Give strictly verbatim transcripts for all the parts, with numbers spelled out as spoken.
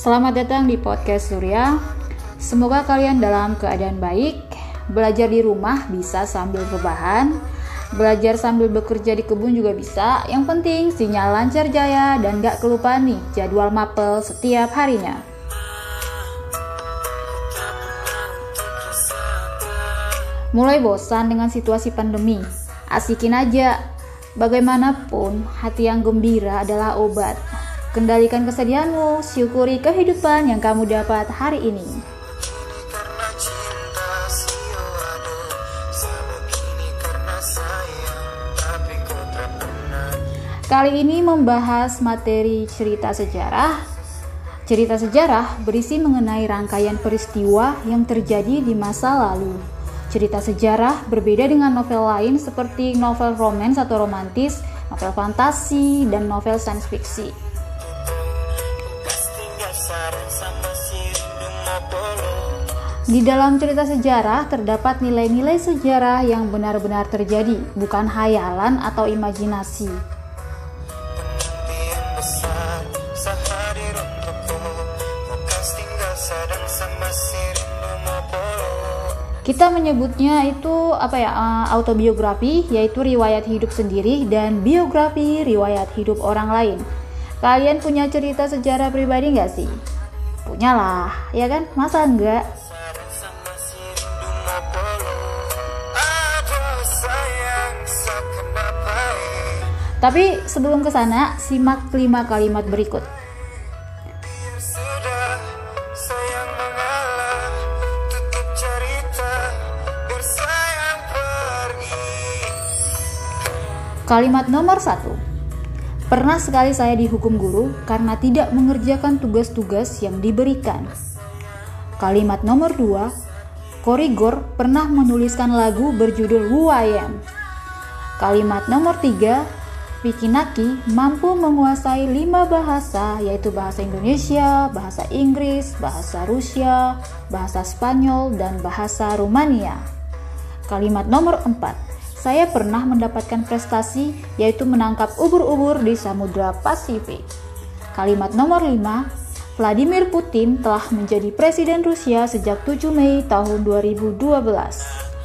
Selamat datang di podcast Surya. Semoga kalian dalam keadaan baik. Belajar di rumah bisa sambil rebahan, belajar sambil bekerja di kebun juga bisa. Yang penting sinyal lancar jaya dan gak kelupaan nih jadwal mapel setiap harinya. Mulai bosan dengan situasi pandemi? Asikin aja. Bagaimanapun, hati yang gembira adalah obat. Kendalikan kesedihanmu, syukuri kehidupan yang kamu dapat hari ini. Kali ini membahas materi cerita sejarah. Cerita sejarah berisi mengenai rangkaian peristiwa yang terjadi di masa lalu. Cerita sejarah berbeda dengan novel lain seperti novel romans atau romantis, novel fantasi, dan novel science fiction. Di dalam cerita sejarah terdapat nilai-nilai sejarah yang benar-benar terjadi, bukan hayalan atau imajinasi. Kita menyebutnya itu apa ya, autobiografi, yaitu riwayat hidup sendiri, dan biografi, riwayat hidup orang lain. Kalian punya cerita sejarah pribadi nggak sih? Punyalah, ya kan? Masa enggak? Tapi sebelum ke sana, simak lima kalimat berikut. Kalimat nomor satu. Pernah sekali saya dihukum guru karena tidak mengerjakan tugas-tugas yang diberikan. Kalimat nomor dua. Korigor pernah menuliskan lagu berjudul Who I Am. Kalimat nomor tiga. Vicky Naki mampu menguasai lima bahasa, yaitu bahasa Indonesia, bahasa Inggris, bahasa Rusia, bahasa Spanyol, dan bahasa Rumania. Kalimat nomor empat. Saya pernah mendapatkan prestasi, yaitu menangkap ubur-ubur di Samudra Pasifik. Kalimat nomor lima. Vladimir Putin telah menjadi presiden Rusia sejak tujuh Mei tahun dua ribu dua belas.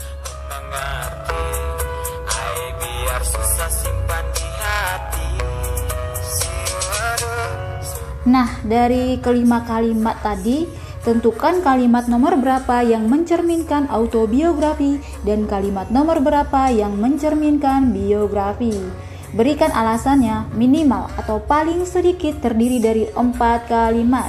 Nah, dari kelima kalimat tadi, tentukan kalimat nomor berapa yang mencerminkan autobiografi dan kalimat nomor berapa yang mencerminkan biografi. Berikan alasannya, minimal atau paling sedikit terdiri dari empat kalimat.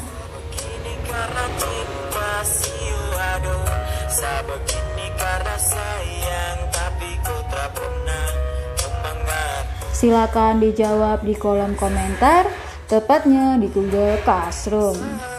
Silakan dijawab di kolom komentar, tepatnya di Google Classroom.